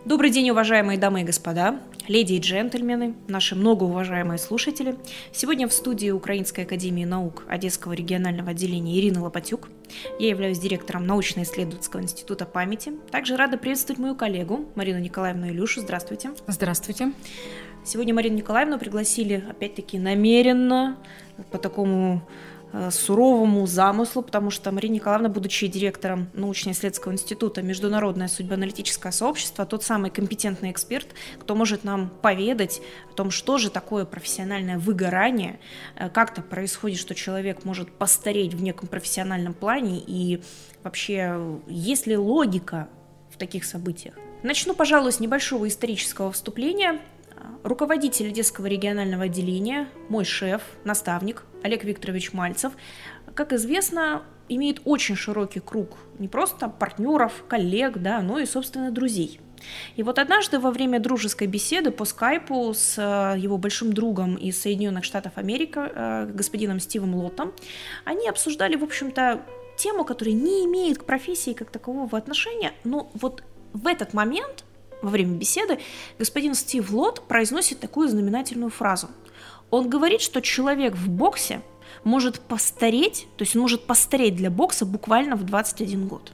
Добрый день, уважаемые дамы и господа, леди и джентльмены, наши многоуважаемые слушатели. Сегодня в студии Украинской академии наук Одесского регионального отделения Ирина Лопатюк. Я являюсь директором научно-исследовательского института памяти. Также рада приветствовать мою коллегу Марину Николаевну Илюшу. Здравствуйте. Здравствуйте. Сегодня Марину Николаевну пригласили, опять-таки, намеренно, по такому суровому замыслу, потому что Марина Николаевна, будучи директором научно-исследовательского института Международное судьбоаналитическое сообщество, тот самый компетентный эксперт, кто может нам поведать о том, что же такое профессиональное выгорание, как-то происходит, что человек может постареть в неком профессиональном плане, и вообще есть ли логика в таких событиях. Начну, пожалуй, с небольшого исторического вступления. Руководитель Одесского регионального отделения, мой шеф, наставник Олег Викторович Мальцев, как известно, имеет очень широкий круг не просто партнеров, коллег, но и, собственно, друзей. И вот однажды во время дружеской беседы по скайпу с его большим другом из Соединенных Штатов Америки, господином Стивом Лоттом, они обсуждали, в общем-то, тему, которая не имеет к профессии как такового отношения, но вот в этот момент, во время беседы, господин Стив Лотт произносит такую знаменательную фразу. Он говорит, что человек в боксе может постареть, то есть он может постареть для бокса буквально в 21 год.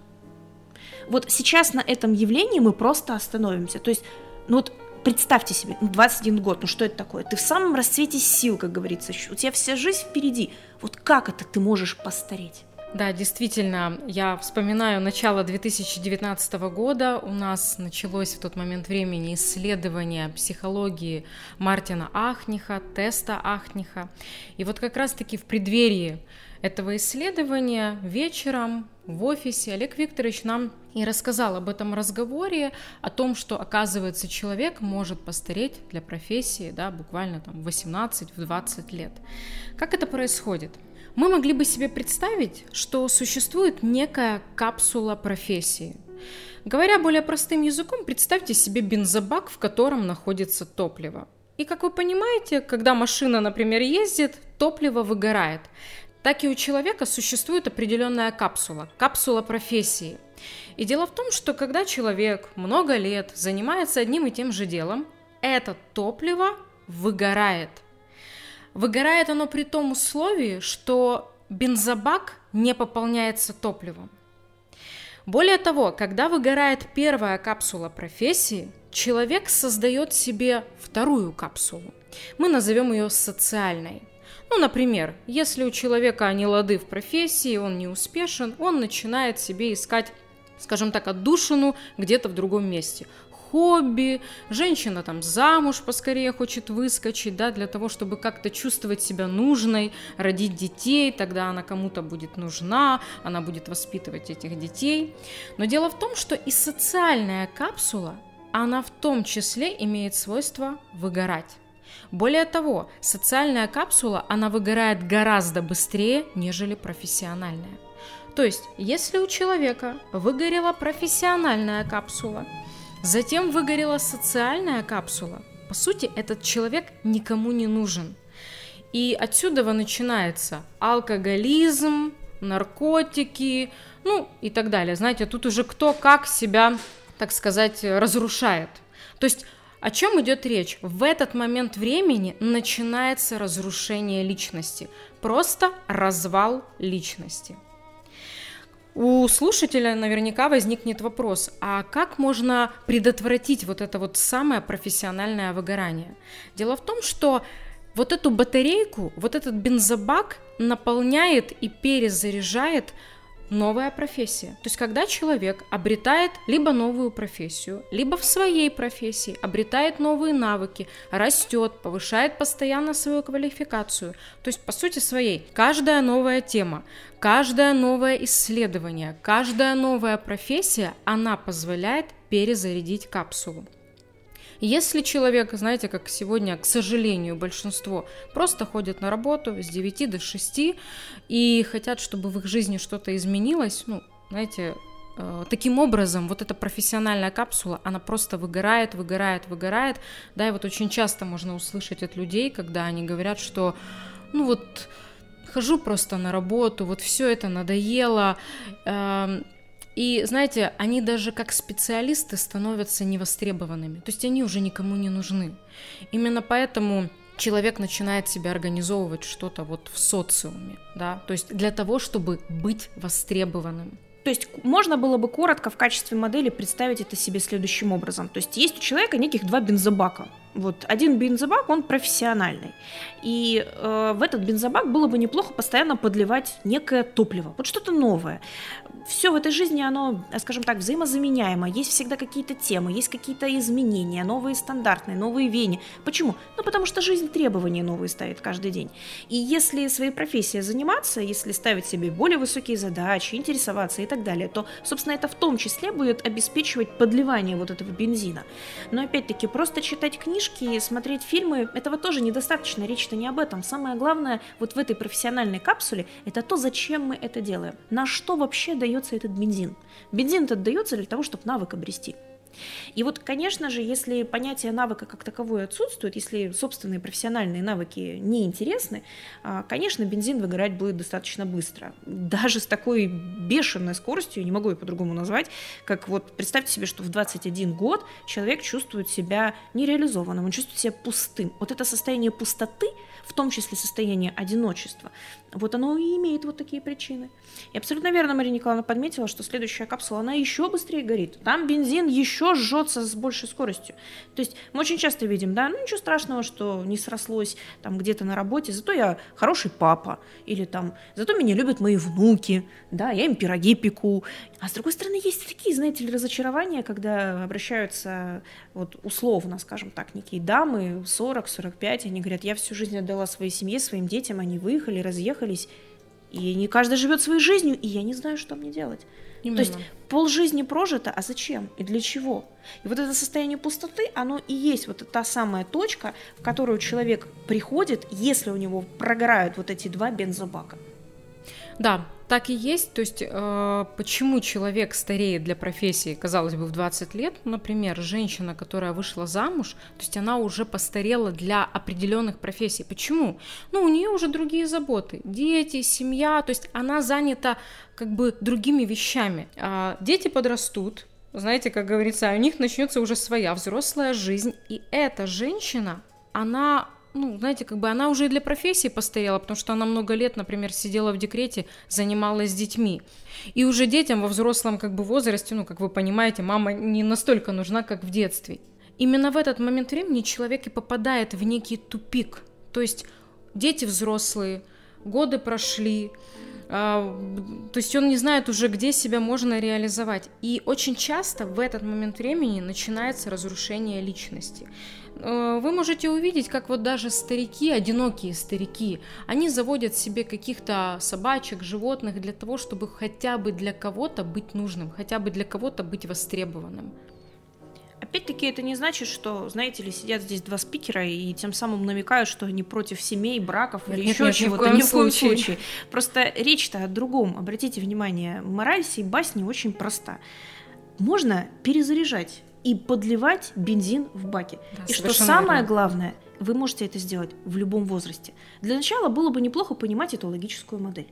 Вот сейчас на этом явлении мы просто остановимся. То есть, представьте себе, 21 год, что это такое? Ты в самом расцвете сил, как говорится, у тебя вся жизнь впереди. Вот как это ты можешь постареть? Да, действительно, я вспоминаю начало 2019 года. У нас началось в тот момент времени исследование психологии Мартина Ахниха, теста Ахниха. И вот как раз-таки в преддверии этого исследования вечером в офисе Олег Викторович нам и рассказал об этом разговоре, о том, что, оказывается, человек может постареть для профессии, буквально в 18-20 лет. Как это происходит? Мы могли бы себе представить, что существует некая капсула профессии. Говоря более простым языком, представьте себе бензобак, в котором находится топливо. И, как вы понимаете, когда машина, например, ездит, топливо выгорает. Так и у человека существует определенная капсула профессии. И дело в том, что когда человек много лет занимается одним и тем же делом, это топливо выгорает. Выгорает оно при том условии, что бензобак не пополняется топливом. Более того, когда выгорает первая капсула профессии, человек создает себе вторую капсулу. Мы назовем ее социальной. Например, если у человека нелады в профессии, он не успешен, он начинает себе искать, скажем так, отдушину где-то в другом месте. Хобби, женщина замуж поскорее хочет выскочить, для того, чтобы как-то чувствовать себя нужной, родить детей, тогда она кому-то будет нужна, она будет воспитывать этих детей. Но дело в том, что и социальная капсула, она в том числе имеет свойство выгорать. Более того, социальная капсула, она выгорает гораздо быстрее, нежели профессиональная. То есть, если у человека выгорела профессиональная капсула, затем выгорела социальная капсула, по сути, этот человек никому не нужен. И отсюда начинается алкоголизм, наркотики, и так далее. Знаете, тут уже кто как себя, так сказать, разрушает. То есть, о чем идет речь? В этот момент времени начинается разрушение личности, просто развал личности. У слушателя наверняка возникнет вопрос, а как можно предотвратить это самое профессиональное выгорание? Дело в том, что эту батарейку, этот бензобак наполняет и перезаряжает новая профессия. То есть, когда человек обретает либо новую профессию, либо в своей профессии обретает новые навыки, растет, повышает постоянно свою квалификацию. То есть, по сути своей, каждая новая тема, каждое новое исследование, каждая новая профессия, она позволяет перезарядить капсулу. Если человек, знаете, как сегодня, к сожалению, большинство просто ходят на работу с 9 до 6 и хотят, чтобы в их жизни что-то изменилось, таким образом эта профессиональная капсула, она просто выгорает. Да, и очень часто можно услышать от людей, когда они говорят, что хожу просто на работу, все это надоело, И, знаете, они даже как специалисты становятся невостребованными, то есть они уже никому не нужны. Именно поэтому человек начинает себя организовывать что-то вот в социуме, да, то есть для того, чтобы быть востребованным. То есть можно было бы коротко в качестве модели представить это себе следующим образом. То есть есть у человека неких два бензобака. Вот один бензобак, он профессиональный. И в этот бензобак было бы неплохо постоянно подливать некое топливо, вот что-то новое. Все в этой жизни, оно, скажем так, взаимозаменяемо. Есть всегда какие-то темы, есть какие-то изменения, новые стандартные, новые веяния. Почему? Ну, потому что жизнь требования новые ставит каждый день. И если своей профессией заниматься, если ставить себе более высокие задачи, интересоваться и так далее, то, собственно, это в том числе будет обеспечивать подливание вот этого бензина. Но, опять-таки, просто читать книжки, смотреть фильмы, этого тоже недостаточно, речь-то не об этом. Самое главное вот в этой профессиональной капсуле – это то, зачем мы это делаем. На что вообще дается этот бензин? Бензин этот дается для того, чтобы навык обрести. И вот, конечно же, если понятие навыка как таковое отсутствует, если собственные профессиональные навыки неинтересны, конечно, бензин выгорать будет достаточно быстро. Даже с такой бешеной скоростью, не могу ее по-другому назвать, как вот представьте себе, что в 21 год человек чувствует себя нереализованным, он чувствует себя пустым. Вот это состояние пустоты, в том числе состояние одиночества, вот оно и имеет вот такие причины. И абсолютно верно Мария Николаевна подметила, что следующая капсула, она еще быстрее горит. Там бензин еще жжется с большей скоростью. То есть мы очень часто видим, да, ну ничего страшного, что не срослось там где-то на работе, зато я хороший папа, или там, зато меня любят мои внуки, да, я им пироги пеку. А с другой стороны, есть такие, знаете ли, разочарования, когда обращаются, вот условно, скажем так, некие дамы, 40-45, они говорят, я всю жизнь отдала своей семье, своим детям, они выехали, разъехались, и не каждый живет своей жизнью, и я не знаю, что мне делать. Именно. То есть полжизни прожито, а зачем и для чего? И вот это состояние пустоты, оно и есть вот та самая точка, в которую человек приходит, если у него прогорают вот эти два бензобака. Да, так и есть. То есть почему человек стареет для профессии, казалось бы, в 20 лет, например, женщина, которая вышла замуж, то есть она уже постарела для определенных профессий. Почему? Ну, у нее уже другие заботы, дети, семья, то есть она занята как бы другими вещами. Дети подрастут, знаете, как говорится, у них начнется уже своя взрослая жизнь, и эта женщина, она... Ну, знаете, как бы она уже и для профессии постарела, потому что она много лет, например, сидела в декрете, занималась детьми. И уже детям во взрослом как бы возрасте, ну, как вы понимаете, мама не настолько нужна, как в детстве. Именно в этот момент времени человек и попадает в некий тупик. То есть дети взрослые, годы прошли, то есть он не знает уже, где себя можно реализовать. И очень часто в этот момент времени начинается разрушение личности. Вы можете увидеть, как вот даже старики, одинокие старики, они заводят себе каких-то собачек, животных для того, чтобы хотя бы для кого-то быть нужным, хотя бы для кого-то быть востребованным. Опять-таки, это не значит, что, знаете ли, сидят здесь два спикера и тем самым намекают, что они против семей, браков или еще чего-то. Ни в коем случае. Просто речь-то о другом. Обратите внимание, мораль сей басни очень проста. Можно перезаряжать и подливать бензин в баки. Да, и что самое главное, вы можете это сделать в любом возрасте. Для начала было бы неплохо понимать эту логическую модель.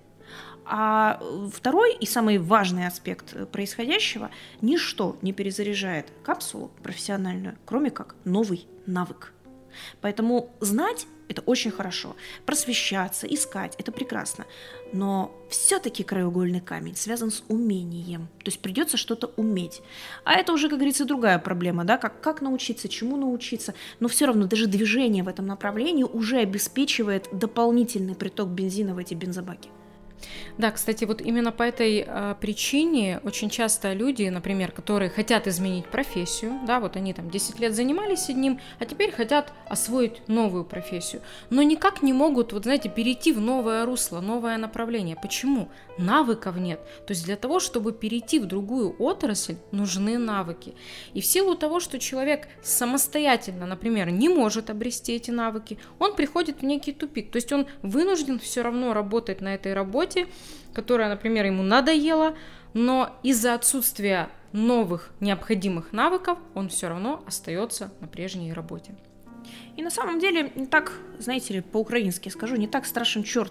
А второй и самый важный аспект происходящего – ничто не перезаряжает капсулу профессиональную, кроме как новый навык. Поэтому знать – это очень хорошо, просвещаться, искать – это прекрасно. Но все-таки краеугольный камень связан с умением, то есть придется что-то уметь. А это уже, как говорится, другая проблема, да, как научиться, чему научиться. Но все равно даже движение в этом направлении уже обеспечивает дополнительный приток бензина в эти бензобаки. Да, кстати, вот именно по этой причине очень часто люди, например, которые хотят изменить профессию, да, вот они там 10 лет занимались одним, а теперь хотят освоить новую профессию, но никак не могут, вот знаете, перейти в новое русло, новое направление. Почему? Навыков нет. То есть для того, чтобы перейти в другую отрасль, нужны навыки. И в силу того, что человек самостоятельно, например, не может обрести эти навыки, он приходит в некий тупик. То есть он вынужден все равно работать на этой работе, которая, например, ему надоела, но из-за отсутствия новых необходимых навыков он все равно остается на прежней работе. И на самом деле не так, знаете ли, по-украински скажу, не так страшен черт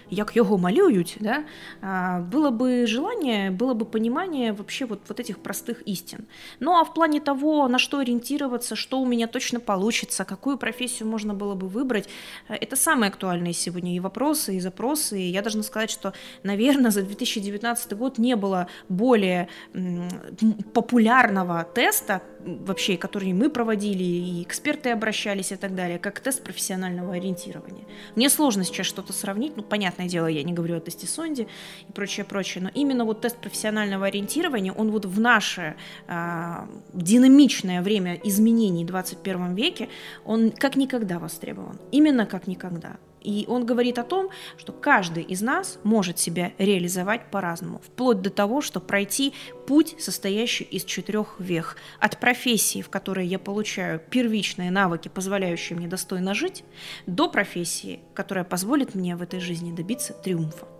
як його малюють, да, было бы желание, было бы понимание вообще вот этих простых истин. Ну а в плане того, на что ориентироваться, что у меня точно получится, какую профессию можно было бы выбрать, это самые актуальные сегодня и вопросы, и запросы. И я должна сказать, что, наверное, за 2019 год не было более популярного теста, вообще, который мы проводили, и эксперты обращались и так далее, как тест профессионального ориентирования. Мне сложно сейчас что-то сравнить, ну, понятное дело, я не говорю о тесте Сонди и прочее, но именно вот тест профессионального ориентирования, он вот в наше динамичное время изменений в 21 веке, он как никогда востребован, именно как никогда. И он говорит о том, что каждый из нас может себя реализовать по-разному, вплоть до того, что пройти путь, состоящий из 4 вех. От профессии, в которой я получаю первичные навыки, позволяющие мне достойно жить, до профессии, которая позволит мне в этой жизни добиться триумфа.